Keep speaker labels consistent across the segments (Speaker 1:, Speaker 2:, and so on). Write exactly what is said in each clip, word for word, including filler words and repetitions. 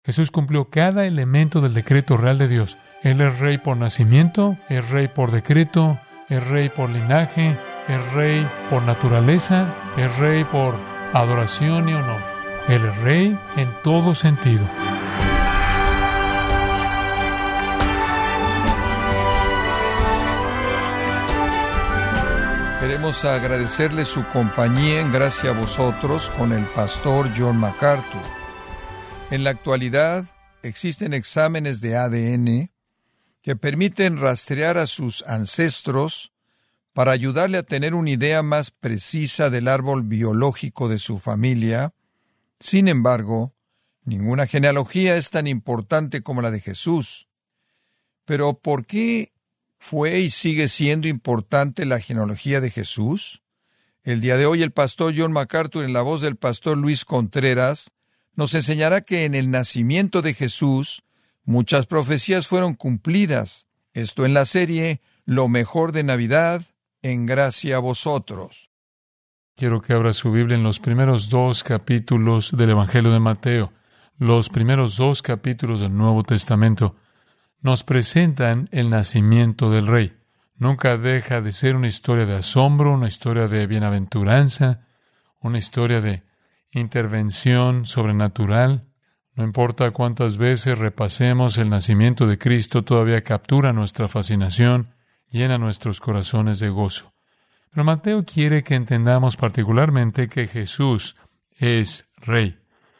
Speaker 1: Jesús cumplió cada elemento del decreto real de Dios. Él es rey por nacimiento, es rey por decreto, es rey por linaje, es rey por naturaleza, es rey por adoración y honor. Él es rey en todo sentido.
Speaker 2: Queremos agradecerle su compañía en Gracia a Vosotros con el pastor John MacArthur. En la actualidad existen exámenes de A D N que permiten rastrear a sus ancestros para ayudarle a tener una idea más precisa del árbol biológico de su familia. Sin embargo, ninguna genealogía es tan importante como la de Jesús. Pero ¿por qué fue y sigue siendo importante la genealogía de Jesús? El día de hoy el pastor John MacArthur, en la voz del pastor Luis Contreras, nos enseñará que en el nacimiento de Jesús muchas profecías fueron cumplidas. Esto en la serie Lo mejor de Navidad, en Gracia a Vosotros.
Speaker 1: Quiero que abra su Biblia en los primeros dos capítulos del Evangelio de Mateo. Los primeros dos capítulos del Nuevo Testamento nos presentan el nacimiento del Rey. Nunca deja de ser una historia de asombro, una historia de bienaventuranza, una historia de intervención sobrenatural. No importa cuántas veces repasemos el nacimiento de Cristo, todavía captura nuestra fascinación, llena nuestros corazones de gozo. Pero Mateo quiere que entendamos particularmente que Jesús es Rey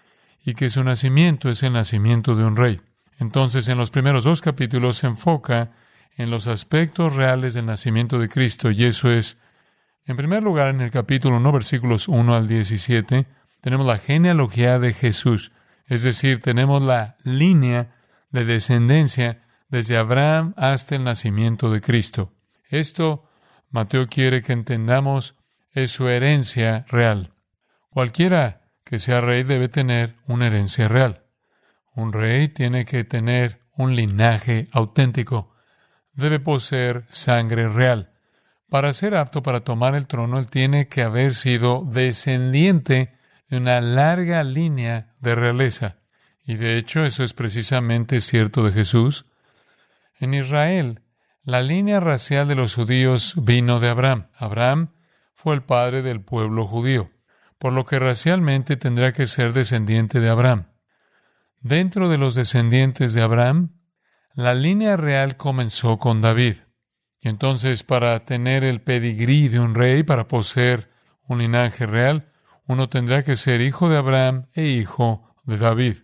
Speaker 1: y que su nacimiento es el nacimiento de un Rey. Entonces, en los primeros dos capítulos se enfoca en los aspectos reales del nacimiento de Cristo, y eso es, en primer lugar, en el capítulo uno, versículos uno al diecisiete, tenemos la genealogía de Jesús, es decir, tenemos la línea de descendencia desde Abraham hasta el nacimiento de Cristo. Esto, Mateo quiere que entendamos, es su herencia real. Cualquiera que sea rey debe tener una herencia real. Un rey tiene que tener un linaje auténtico. Debe poseer sangre real. Para ser apto para tomar el trono, él tiene que haber sido descendiente de una larga línea de realeza. Y de hecho, eso es precisamente cierto de Jesús. En Israel, la línea racial de los judíos vino de Abraham. Abraham fue el padre del pueblo judío, por lo que racialmente tendrá que ser descendiente de Abraham. Dentro de los descendientes de Abraham, la línea real comenzó con David. Y entonces, para tener el pedigrí de un rey, para poseer un linaje real, uno tendrá que ser hijo de Abraham e hijo de David.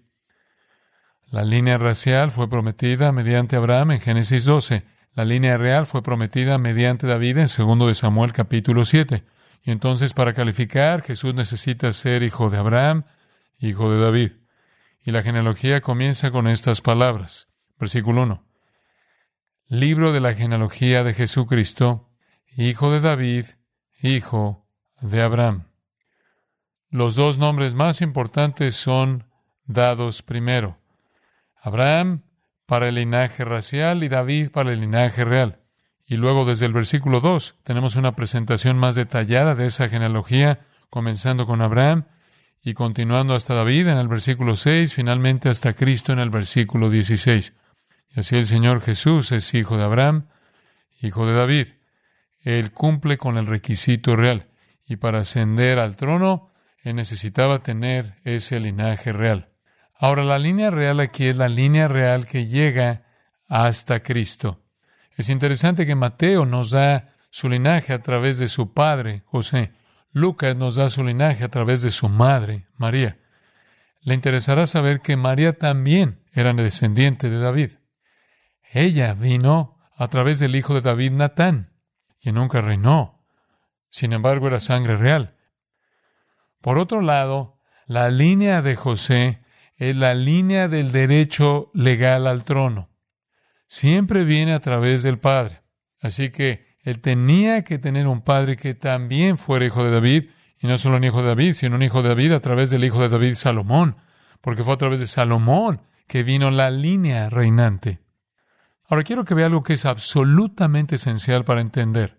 Speaker 1: La línea racial fue prometida mediante Abraham en Génesis doce. La línea real fue prometida mediante David en segundo de Samuel capítulo siete. Y entonces, para calificar, Jesús necesita ser hijo de Abraham, hijo de David. Y la genealogía comienza con estas palabras. Versículo uno. Libro de la genealogía de Jesucristo, hijo de David, hijo de Abraham. Los dos nombres más importantes son dados primero. Abraham para el linaje racial y David para el linaje real. Y luego desde el versículo dos tenemos una presentación más detallada de esa genealogía, comenzando con Abraham y continuando hasta David en el versículo seis, finalmente hasta Cristo en el versículo dieciséis. Y así el Señor Jesús es hijo de Abraham, hijo de David. Él cumple con el requisito real. Y para ascender al trono, él necesitaba tener ese linaje real. Ahora, la línea real aquí es la línea real que llega hasta Cristo. Es interesante que Mateo nos da su linaje a través de su padre, José. Lucas nos da su linaje a través de su madre, María. Le interesará saber que María también era descendiente de David. Ella vino a través del hijo de David, Natán, quien nunca reinó. Sin embargo, era sangre real. Por otro lado, la línea de José es la línea del derecho legal al trono. Siempre viene a través del padre. Así que él tenía que tener un padre que también fuera hijo de David, y no solo un hijo de David, sino un hijo de David a través del hijo de David, Salomón, porque fue a través de Salomón que vino la línea reinante. Ahora quiero que vea algo que es absolutamente esencial para entender.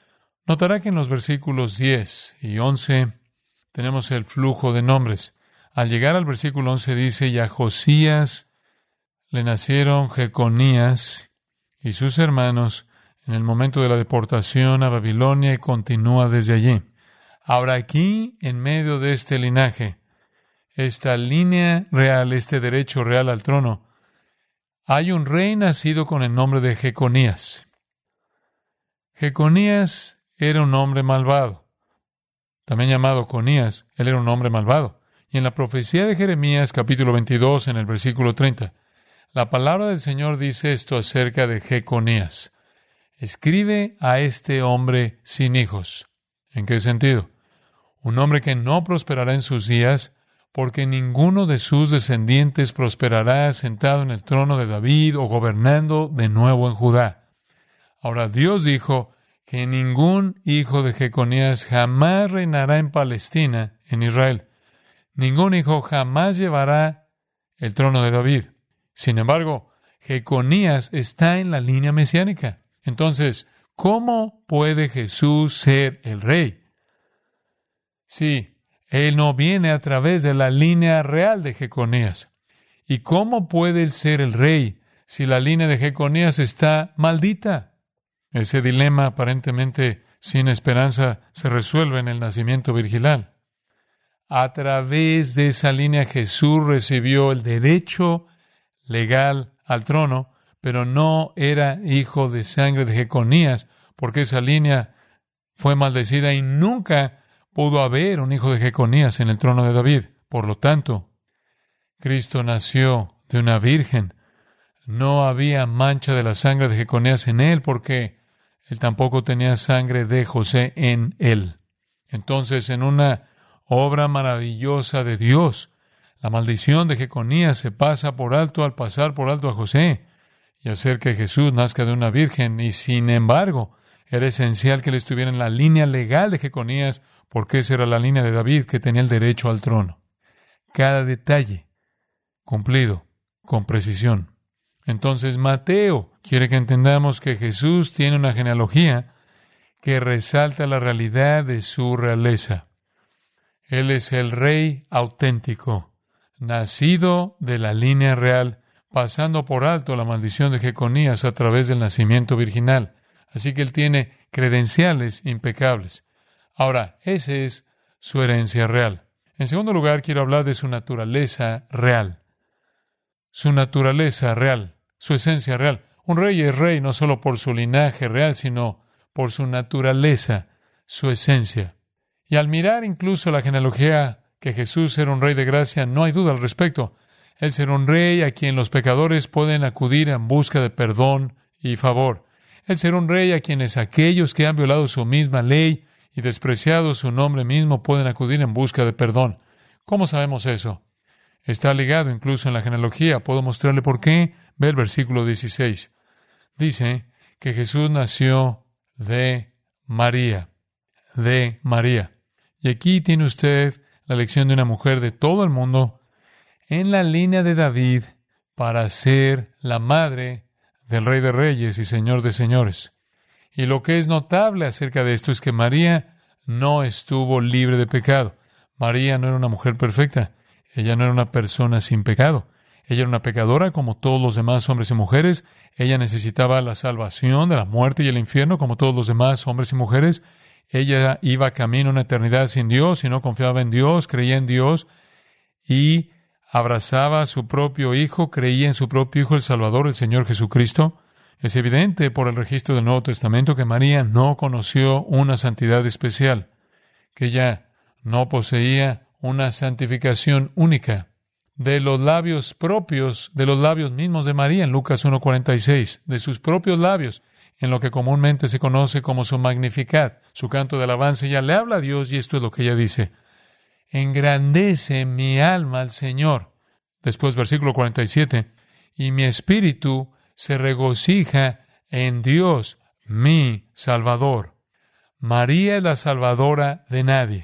Speaker 1: Notará que en los versículos diez y once tenemos el flujo de nombres. Al llegar al versículo once dice, y a Josías le nacieron Jeconías y sus hermanos en el momento de la deportación a Babilonia, y continúa desde allí. Ahora aquí, en medio de este linaje, esta línea real, este derecho real al trono, hay un rey nacido con el nombre de Jeconías. Jeconías era un hombre malvado, también llamado Conías. Él era un hombre malvado. Y en la profecía de Jeremías, capítulo veintidós, en el versículo treinta, la palabra del Señor dice esto acerca de Jeconías. Escribe a este hombre sin hijos. ¿En qué sentido? Un hombre que no prosperará en sus días, porque ninguno de sus descendientes prosperará sentado en el trono de David o gobernando de nuevo en Judá. Ahora Dios dijo que ningún hijo de Jeconías jamás reinará en Palestina, en Israel. Ningún hijo jamás llevará el trono de David. Sin embargo, Jeconías está en la línea mesiánica. Entonces, ¿cómo puede Jesús ser el rey? Sí, Él no viene a través de la línea real de Jeconías. ¿Y cómo puede Él ser el rey si la línea de Jeconías está maldita? Ese dilema aparentemente sin esperanza se resuelve en el nacimiento virginal. A través de esa línea Jesús recibió el derecho legal al trono, pero no era hijo de sangre de Jeconías, porque esa línea fue maldecida y nunca pudo haber un hijo de Jeconías en el trono de David. Por lo tanto, Cristo nació de una virgen. No había mancha de la sangre de Jeconías en él, porque él tampoco tenía sangre de José en él. Entonces, en una obra maravillosa de Dios, la maldición de Jeconías se pasa por alto al pasar por alto a José y hacer que Jesús nazca de una virgen. Y sin embargo, era esencial que él estuviera en la línea legal de Jeconías, porque esa era la línea de David que tenía el derecho al trono. Cada detalle cumplido con precisión. Entonces Mateo quiere que entendamos que Jesús tiene una genealogía que resalta la realidad de su realeza. Él es el rey auténtico, nacido de la línea real, pasando por alto la maldición de Jeconías a través del nacimiento virginal. Así que él tiene credenciales impecables. Ahora, esa es su herencia real. En segundo lugar, quiero hablar de su naturaleza real. Su naturaleza real, su esencia real. Un rey es rey no solo por su linaje real, sino por su naturaleza, su esencia. Y al mirar incluso la genealogía que Jesús era un rey de gracia, no hay duda al respecto. Él será un rey a quien los pecadores pueden acudir en busca de perdón y favor. Él será un rey a quienes aquellos que han violado su misma ley y despreciado su nombre mismo pueden acudir en busca de perdón. ¿Cómo sabemos eso? Está ligado incluso en la genealogía. Puedo mostrarle por qué. Ve el versículo dieciséis. Dice que Jesús nació de María. De María. Y aquí tiene usted la elección de una mujer de todo el mundo en la línea de David para ser la madre del Rey de Reyes y Señor de Señores. Y lo que es notable acerca de esto es que María no estuvo libre de pecado. María no era una mujer perfecta. Ella no era una persona sin pecado. Ella era una pecadora como todos los demás hombres y mujeres. Ella necesitaba la salvación de la muerte y el infierno como todos los demás hombres y mujeres. Ella iba camino a una eternidad sin Dios y no confiaba en Dios, creía en Dios y abrazaba a su propio Hijo, creía en su propio Hijo, el Salvador, el Señor Jesucristo. Es evidente por el registro del Nuevo Testamento que María no conoció una santidad especial, que ella no poseía una santificación única. De los labios propios, de los labios mismos de María, en Lucas uno cuarenta y seis, de sus propios labios, en lo que comúnmente se conoce como su Magnificat, su canto de alabanza, ella le habla a Dios y esto es lo que ella dice. Engrandece mi alma al Señor. Después, versículo cuarenta y siete, y mi espíritu se regocija en Dios, mi Salvador. María es la salvadora de nadie.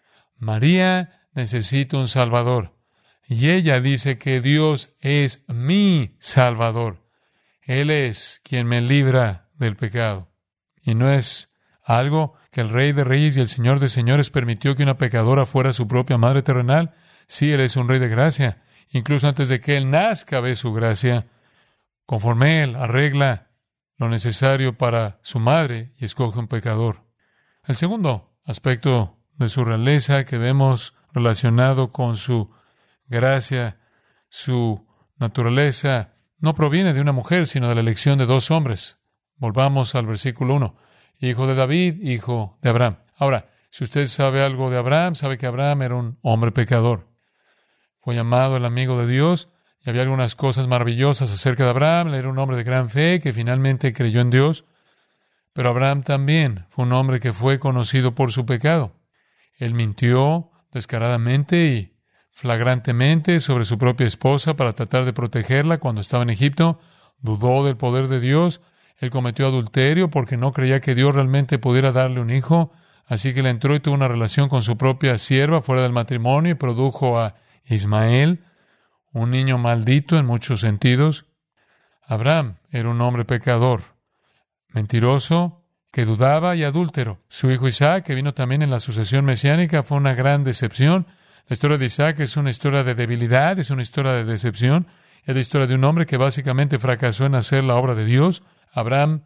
Speaker 1: María necesita un Salvador. Y ella dice que Dios es mi Salvador. Él es quien me libra del pecado. Y no es algo que el Rey de Reyes y el Señor de Señores permitió que una pecadora fuera su propia madre terrenal. Sí, Él es un Rey de gracia. Incluso antes de que Él nazca ve su gracia. Conforme Él arregla lo necesario para su madre y escoge un pecador. El segundo aspecto de su realeza que vemos relacionado con su gracia, su naturaleza, no proviene de una mujer, sino de la elección de dos hombres. Volvamos al versículo uno. Hijo de David, hijo de Abraham. Ahora, si usted sabe algo de Abraham, sabe que Abraham era un hombre pecador. Fue llamado el amigo de Dios, y había algunas cosas maravillosas acerca de Abraham. Él era un hombre de gran fe que finalmente creyó en Dios. Pero Abraham también fue un hombre que fue conocido por su pecado. Él mintió descaradamente y flagrantemente sobre su propia esposa para tratar de protegerla cuando estaba en Egipto. Dudó del poder de Dios. Él cometió adulterio porque no creía que Dios realmente pudiera darle un hijo. Así que le entró y tuvo una relación con su propia sierva fuera del matrimonio y produjo a Ismael, un niño maldito en muchos sentidos. Abraham era un hombre pecador, mentiroso, que dudaba y adúltero. Su hijo Isaac, que vino también en la sucesión mesiánica, fue una gran decepción. La historia de Isaac es una historia de debilidad, es una historia de decepción. Es la historia de un hombre que básicamente fracasó en hacer la obra de Dios. Abraham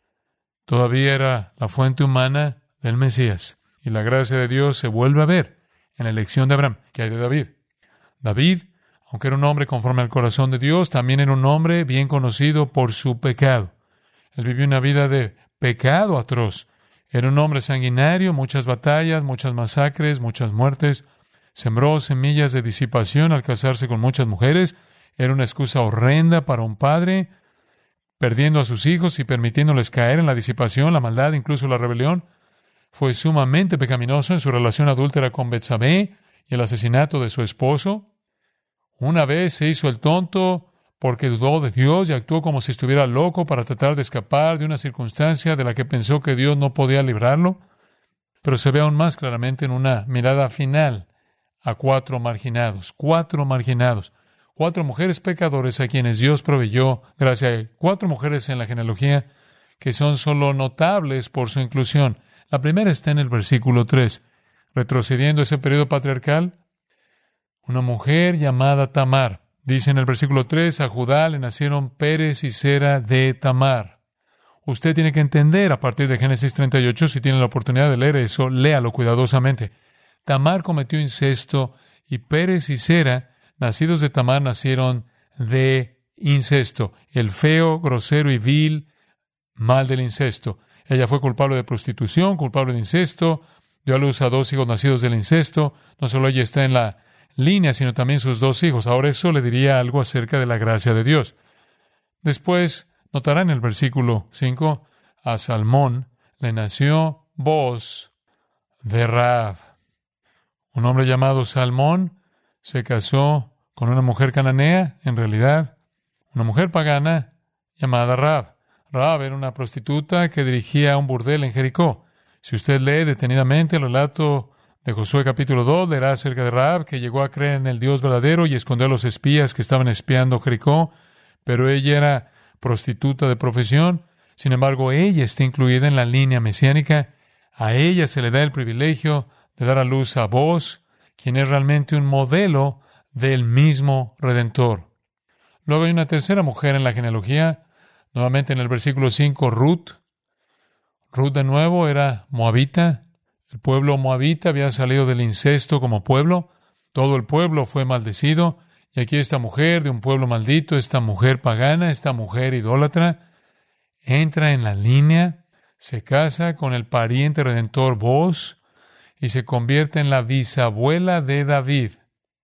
Speaker 1: todavía era la fuente humana del Mesías. Y la gracia de Dios se vuelve a ver en la elección de Abraham. ¿Qué hay de David? David, aunque era un hombre conforme al corazón de Dios, también era un hombre bien conocido por su pecado. Él vivió una vida de pecado atroz. Era un hombre sanguinario, muchas batallas, muchas masacres, muchas muertes. Sembró semillas de disipación al casarse con muchas mujeres. Era una excusa horrenda para un padre, perdiendo a sus hijos y permitiéndoles caer en la disipación, la maldad, incluso la rebelión. Fue sumamente pecaminoso en su relación adúltera con Betsabé y el asesinato de su esposo. Una vez se hizo el tonto porque dudó de Dios y actuó como si estuviera loco para tratar de escapar de una circunstancia de la que pensó que Dios no podía librarlo. Pero se ve aún más claramente en una mirada final a cuatro marginados, cuatro marginados, cuatro mujeres pecadores a quienes Dios proveyó gracia. Hay cuatro mujeres en la genealogía que son solo notables por su inclusión. La primera está en el versículo tres. Retrocediendo ese periodo patriarcal, una mujer llamada Tamar. Dice en el versículo tres, a Judá le nacieron Pérez y Zera de Tamar. Usted tiene que entender a partir de Génesis treinta y ocho, si tiene la oportunidad de leer eso, léalo cuidadosamente. Tamar cometió incesto y Pérez y Zera, nacidos de Tamar, nacieron de incesto. El feo, grosero y vil mal del incesto. Ella fue culpable de prostitución, culpable de incesto, dio a luz a dos hijos nacidos del incesto. No solo ella está en la línea, sino también sus dos hijos. Ahora eso le diría algo acerca de la gracia de Dios. Después, notará en el versículo cinco, a Salmón le nació Boz de Rahab. Un hombre llamado Salmón se casó con una mujer cananea, en realidad, una mujer pagana llamada Rahab. Rahab era una prostituta que dirigía un burdel en Jericó. Si usted lee detenidamente el relato de Josué capítulo dos, leerá acerca de Rahab, que llegó a creer en el Dios verdadero y escondió a los espías que estaban espiando Jericó, pero ella era prostituta de profesión. Sin embargo, ella está incluida en la línea mesiánica. A ella se le da el privilegio de dar a luz a Boz, quien es realmente un modelo del mismo Redentor. Luego hay una tercera mujer en la genealogía, nuevamente en el versículo cinco, Ruth. Ruth de nuevo era moabita. El pueblo moabita había salido del incesto como pueblo. Todo el pueblo fue maldecido. Y aquí esta mujer de un pueblo maldito, esta mujer pagana, esta mujer idólatra, entra en la línea, se casa con el pariente redentor Boz y se convierte en la bisabuela de David.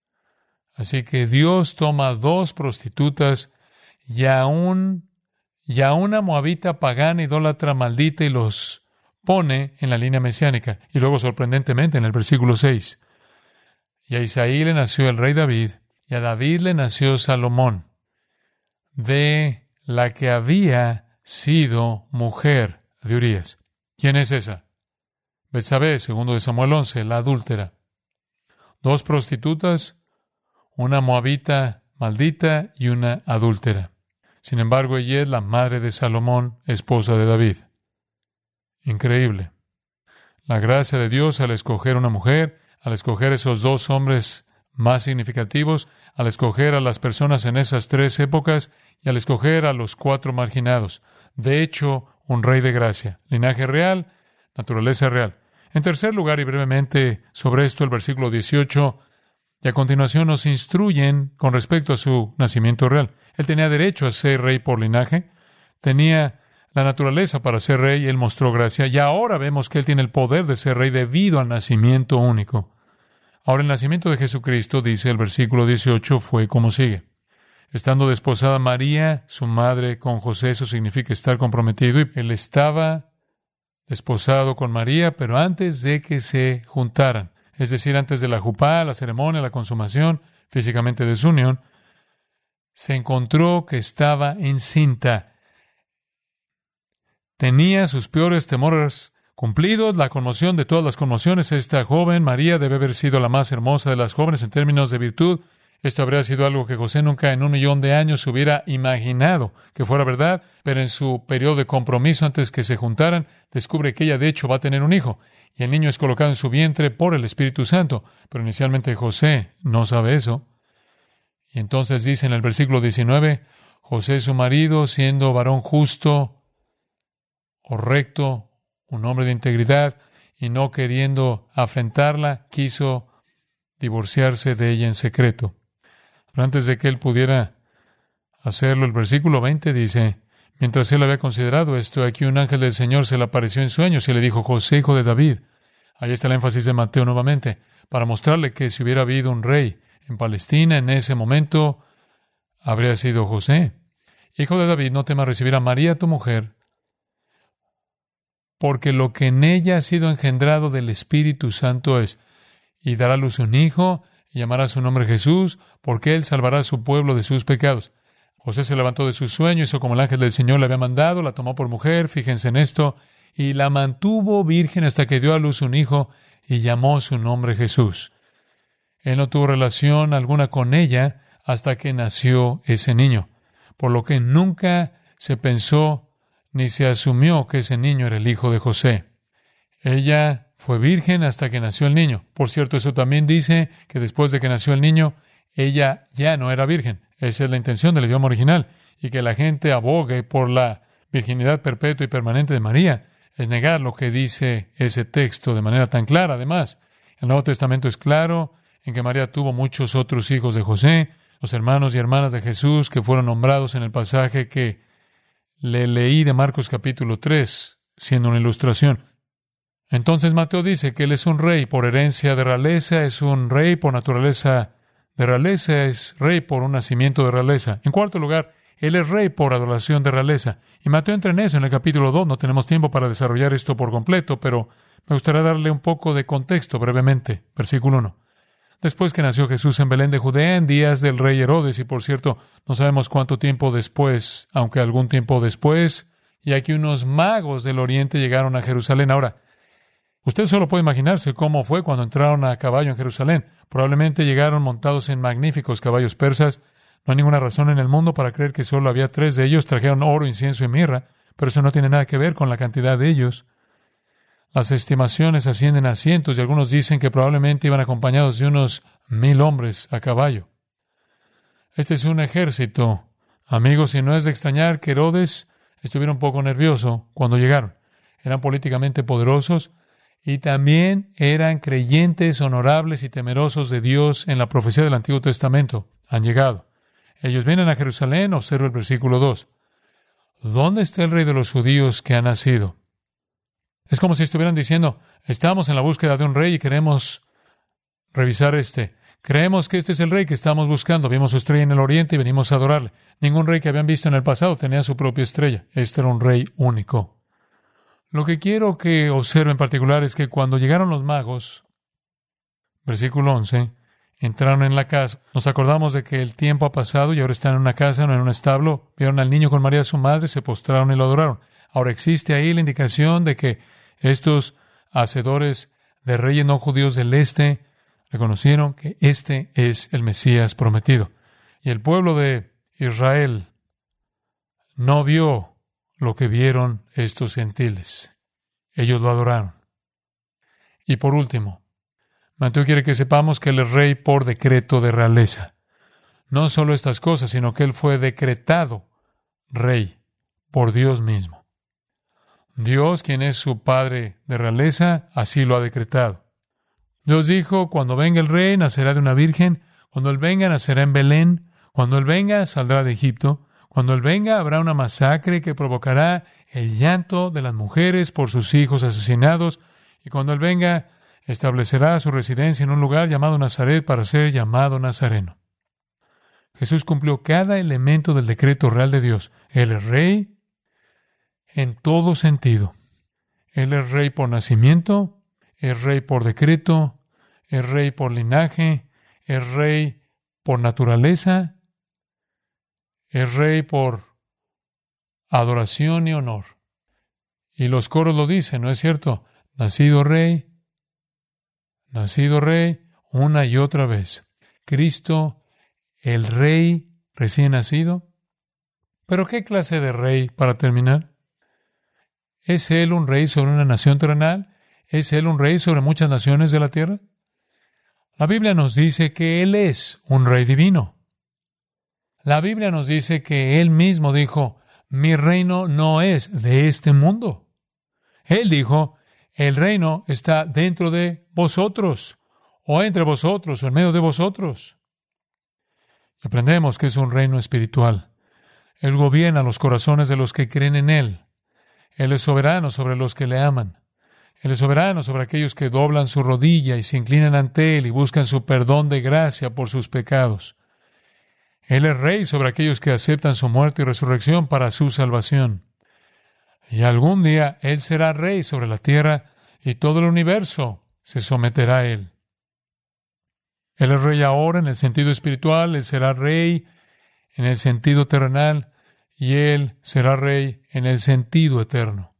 Speaker 1: Así que Dios toma dos prostitutas y a, un, y a una moabita pagana, idólatra, maldita y los pone en la línea mesiánica. Y luego, sorprendentemente, en el versículo seis, y a Isaí le nació el rey David, y a David le nació Salomón, de la que había sido mujer de Urías. ¿Quién es esa? Betsabé, segundo de Samuel once, la adúltera. Dos prostitutas, una moabita maldita y una adúltera. Sin embargo, ella es la madre de Salomón, esposa de David. Increíble. La gracia de Dios al escoger una mujer, al escoger esos dos hombres más significativos al escoger a las personas en esas tres épocas y al escoger a los cuatro marginados. De hecho, un rey de gracia, linaje real, naturaleza real. En tercer lugar, y brevemente sobre esto, el versículo dieciocho, y a continuación nos instruyen con respecto a su nacimiento real. Él tenía derecho a ser rey por linaje, tenía la naturaleza para ser rey, y él mostró gracia, y ahora vemos que él tiene el poder de ser rey debido al nacimiento único. Ahora, el nacimiento de Jesucristo, dice el versículo dieciocho, fue como sigue. Estando desposada María, su madre, con José, eso significa estar comprometido, y él estaba desposado con María, pero antes de que se juntaran, es decir, antes de la jupá, la ceremonia, la consumación físicamente de su unión, se encontró que estaba encinta. Tenía sus peores temores cumplidos, la conmoción de todas las conmociones. Esta joven, María, debe haber sido la más hermosa de las jóvenes en términos de virtud. Esto habría sido algo que José nunca en un millón de años hubiera imaginado que fuera verdad, pero en su periodo de compromiso antes que se juntaran, descubre que ella de hecho va a tener un hijo, y el niño es colocado en su vientre por el Espíritu Santo. Pero inicialmente José no sabe eso. Y entonces dice en el versículo diecinueve, José su marido, siendo varón justo o recto, un hombre de integridad, y no queriendo afrentarla, quiso divorciarse de ella en secreto. Pero antes de que él pudiera hacerlo, el versículo veinte dice, mientras él había considerado esto, aquí un ángel del Señor se le apareció en sueños y le dijo, José, hijo de David. Ahí está el énfasis de Mateo nuevamente, para mostrarle que si hubiera habido un rey en Palestina en ese momento, habría sido José. Hijo de David, no temas recibir a María, tu mujer, porque lo que en ella ha sido engendrado del Espíritu Santo es, y dará a luz un hijo, y llamará su nombre Jesús, porque él salvará a su pueblo de sus pecados. José se levantó de su sueño, hizo como el ángel del Señor le había mandado, la tomó por mujer, fíjense en esto, y la mantuvo virgen hasta que dio a luz un hijo, y llamó su nombre Jesús. Él no tuvo relación alguna con ella hasta que nació ese niño, por lo que nunca se pensó ni se asumió que ese niño era el hijo de José. Ella fue virgen hasta que nació el niño. Por cierto, eso también dice que después de que nació el niño, ella ya no era virgen. Esa es la intención del idioma original. Y que la gente abogue por la virginidad perpetua y permanente de María es negar lo que dice ese texto de manera tan clara. Además, el Nuevo Testamento es claro en que María tuvo muchos otros hijos de José, los hermanos y hermanas de Jesús que fueron nombrados en el pasaje que le leí de Marcos capítulo tres, siendo una ilustración. Entonces Mateo dice que él es un rey por herencia de realeza, es un rey por naturaleza de realeza, es rey por un nacimiento de realeza. En cuarto lugar, él es rey por adoración de realeza. Y Mateo entra en eso en el capítulo dos. No tenemos tiempo para desarrollar esto por completo, pero me gustaría darle un poco de contexto brevemente. Versículo uno. Después que nació Jesús en Belén de Judea, en días del rey Herodes, y por cierto, no sabemos cuánto tiempo después, aunque algún tiempo después, y aquí unos magos del oriente llegaron a Jerusalén. Ahora, usted solo puede imaginarse cómo fue cuando entraron a caballo en Jerusalén. Probablemente llegaron montados en magníficos caballos persas. No hay ninguna razón en el mundo para creer que solo había tres de ellos. Trajeron oro, incienso y mirra, pero eso no tiene nada que ver con la cantidad de ellos. Las estimaciones ascienden a cientos y algunos dicen que probablemente iban acompañados de unos mil hombres a caballo. Este es un ejército, amigos, y no es de extrañar que Herodes estuviera un poco nervioso cuando llegaron. Eran políticamente poderosos y también eran creyentes, honorables y temerosos de Dios en la profecía del Antiguo Testamento. Han llegado. Ellos vienen a Jerusalén, observa el versículo dos. ¿Dónde está el rey de los judíos que ha nacido? Es como si estuvieran diciendo, estamos en la búsqueda de un rey y queremos revisar este. Creemos que este es el rey que estamos buscando. Vimos su estrella en el oriente y venimos a adorarle. Ningún rey que habían visto en el pasado tenía su propia estrella. Este era un rey único. Lo que quiero que observen en particular es que cuando llegaron los magos, versículo once, entraron en la casa. Nos acordamos de que el tiempo ha pasado y ahora están en una casa, no en un establo. Vieron al niño con María su madre, se postraron y lo adoraron. Ahora existe ahí la indicación de que estos hacedores de reyes no judíos del este reconocieron que este es el Mesías prometido. Y el pueblo de Israel no vio lo que vieron estos gentiles. Ellos lo adoraron. Y por último, Mateo quiere que sepamos que Él es rey por decreto de realeza. No solo estas cosas, sino que Él fue decretado rey por Dios mismo. Dios, quien es su Padre de realeza, así lo ha decretado. Dios dijo, cuando venga el rey, nacerá de una virgen. Cuando Él venga, nacerá en Belén. Cuando Él venga, saldrá de Egipto. Cuando Él venga, habrá una masacre que provocará el llanto de las mujeres por sus hijos asesinados. Y cuando Él venga, establecerá su residencia en un lugar llamado Nazaret para ser llamado Nazareno. Jesús cumplió cada elemento del decreto real de Dios. Él es rey en todo sentido. Él es rey por nacimiento, es rey por decreto, es rey por linaje, es rey por naturaleza, es rey por adoración y honor. Y los coros lo dicen, ¿no es cierto? Nacido rey, nacido rey, una y otra vez. Cristo, el rey recién nacido. ¿Pero qué clase de rey, para terminar? ¿Es Él un rey sobre una nación terrenal? ¿Es Él un rey sobre muchas naciones de la tierra? La Biblia nos dice que Él es un rey divino. La Biblia nos dice que Él mismo dijo, mi reino no es de este mundo. Él dijo, el reino está dentro de vosotros, o entre vosotros, o en medio de vosotros. Y aprendemos que es un reino espiritual. Él gobierna los corazones de los que creen en Él. Él es soberano sobre los que le aman. Él es soberano sobre aquellos que doblan su rodilla y se inclinan ante Él y buscan su perdón de gracia por sus pecados. Él es rey sobre aquellos que aceptan su muerte y resurrección para su salvación. Y algún día Él será rey sobre la tierra y todo el universo se someterá a Él. Él es rey ahora en el sentido espiritual, Él será rey en el sentido terrenal y Él será rey en el sentido eterno.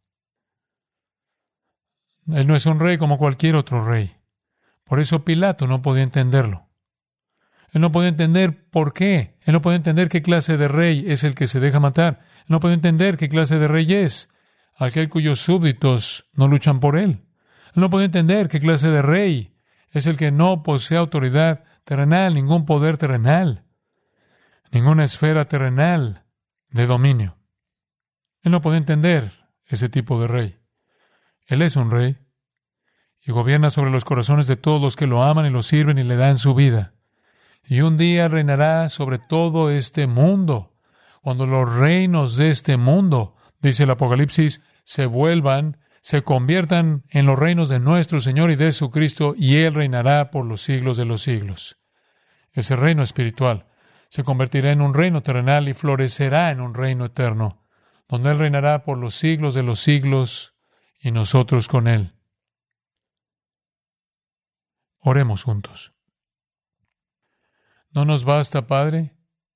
Speaker 1: Él no es un rey como cualquier otro rey. Por eso Pilato no podía entenderlo. Él no podía entender por qué. Él no podía entender qué clase de rey es el que se deja matar. Él no podía entender qué clase de rey es aquel cuyos súbditos no luchan por él. Él no podía entender qué clase de rey es el que no posee autoridad terrenal, ningún poder terrenal, ninguna esfera terrenal de dominio. Él no podía entender ese tipo de rey. Él es un rey y gobierna sobre los corazones de todos los que lo aman y lo sirven y le dan su vida. Y un día reinará sobre todo este mundo. Cuando los reinos de este mundo, dice el Apocalipsis, se vuelvan, se conviertan en los reinos de nuestro Señor y de su Cristo, y Él reinará por los siglos de los siglos. Ese reino espiritual se convertirá en un reino terrenal y florecerá en un reino eterno, donde Él reinará por los siglos de los siglos y nosotros con Él. Oremos juntos. ¿No nos basta, Padre,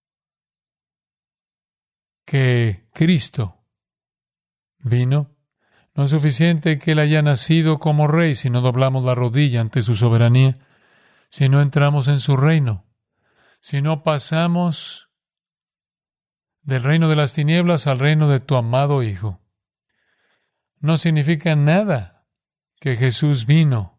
Speaker 1: que Cristo vino? No es suficiente que Él haya nacido como Rey si no doblamos la rodilla ante su soberanía, si no entramos en su reino, si no pasamos del reino de las tinieblas al reino de tu amado Hijo. No significa nada que Jesús vino,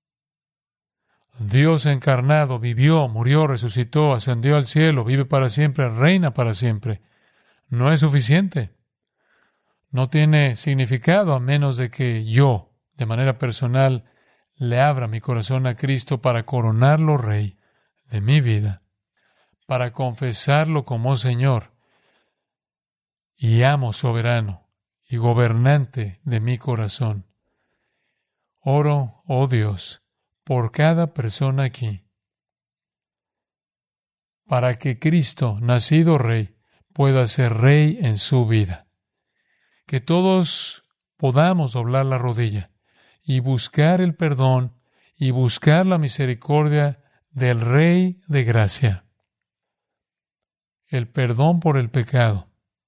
Speaker 1: Dios encarnado, vivió, murió, resucitó, ascendió al cielo, vive para siempre, reina para siempre. No es suficiente. No tiene significado a menos de que yo, de manera personal, le abra mi corazón a Cristo para coronarlo Rey de mi vida, para confesarlo como Señor y amo soberano y gobernante de mi corazón. Oro, oh Dios, por cada persona aquí, para que Cristo, nacido Rey, pueda ser Rey en su vida. Que todos podamos doblar la rodilla y buscar el perdón y buscar la misericordia del Rey de gracia. El perdón por el pecado.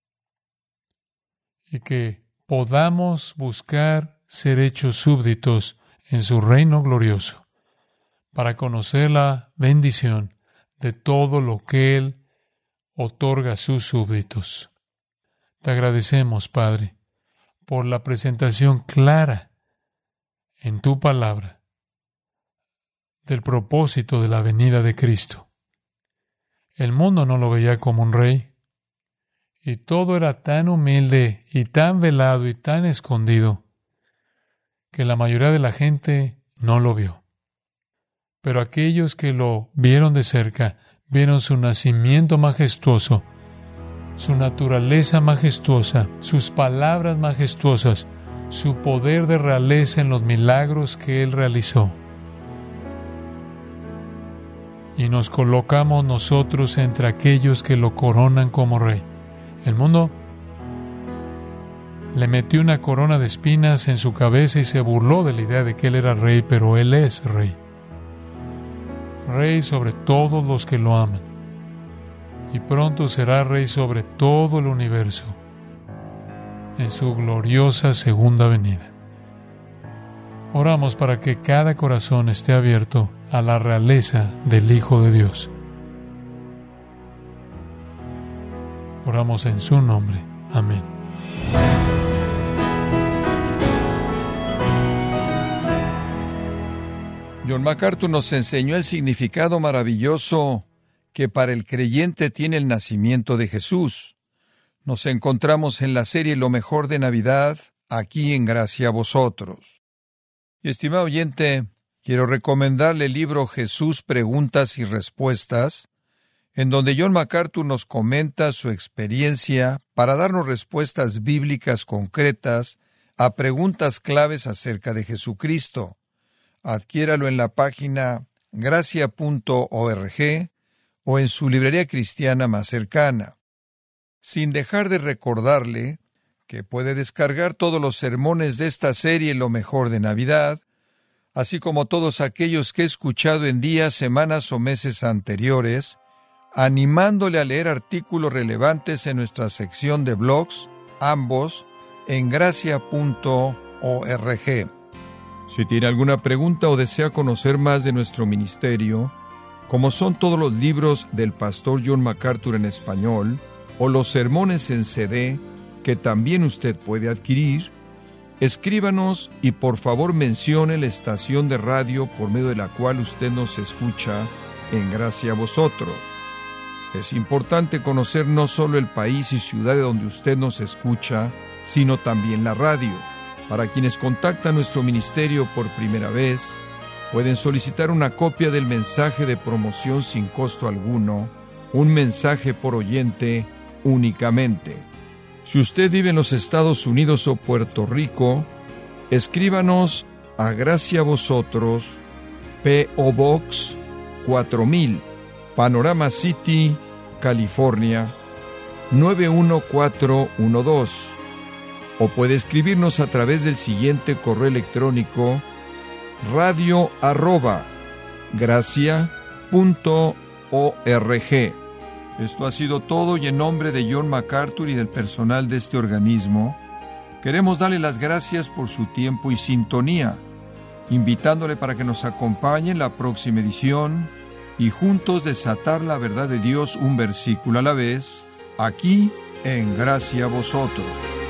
Speaker 1: Y que podamos buscar ser hechos súbditos en su reino glorioso, para conocer la bendición de todo lo que Él otorga a sus súbditos. Te agradecemos, Padre, por la presentación clara en tu palabra del propósito de la venida de Cristo. El mundo no lo veía como un rey, y todo era tan humilde y tan velado y tan escondido que la mayoría de la gente no lo vio. Pero aquellos que lo vieron de cerca, vieron su nacimiento majestuoso, su naturaleza majestuosa, sus palabras majestuosas, su poder de realeza en los milagros que Él realizó. Y nos colocamos nosotros entre aquellos que lo coronan como rey. El mundo le metió una corona de espinas en su cabeza y se burló de la idea de que Él era rey, pero Él es rey. Rey sobre todos los que lo aman. Y pronto será rey sobre todo el universo en su gloriosa segunda venida. Oramos para que cada corazón esté abierto a la realeza del Hijo de Dios. Oramos en su nombre. Amén.
Speaker 2: John MacArthur nos enseñó el significado maravilloso que para el creyente tiene el nacimiento de Jesús. Nos encontramos en la serie Lo mejor de Navidad, aquí en Gracia a Vosotros. Y estimado oyente, quiero recomendarle el libro Jesús, Preguntas y Respuestas, en donde John MacArthur nos comenta su experiencia para darnos respuestas bíblicas concretas a preguntas claves acerca de Jesucristo. Adquiéralo en la página gracia punto org o en su librería cristiana más cercana. Sin dejar de recordarle que puede descargar todos los sermones de esta serie Lo mejor de Navidad, así como todos aquellos que he escuchado en días, semanas o meses anteriores, animándole a leer artículos relevantes en nuestra sección de blogs, ambos en gracia punto org. Si tiene alguna pregunta o desea conocer más de nuestro ministerio, como son todos los libros del pastor John MacArthur en español, o los sermones en C D, que también usted puede adquirir, escríbanos y por favor mencione la estación de radio por medio de la cual usted nos escucha en Gracia a Vosotros. Es importante conocer no solo el país y ciudad de donde usted nos escucha, sino también la radio. Para quienes contactan nuestro ministerio por primera vez, pueden solicitar una copia del mensaje de promoción sin costo alguno, un mensaje por oyente únicamente. Si usted vive en los Estados Unidos o Puerto Rico, escríbanos a Gracia a Vosotros, P O Box cuatro mil, Panorama City, California, nueve uno cuatro uno dos. O puede escribirnos a través del siguiente correo electrónico: radio arroba gracia punto org. Esto ha sido todo, y en nombre de John MacArthur y del personal de este organismo, queremos darle las gracias por su tiempo y sintonía, invitándole para que nos acompañe en la próxima edición y juntos desatar la verdad de Dios un versículo a la vez, aquí en Gracia a Vosotros.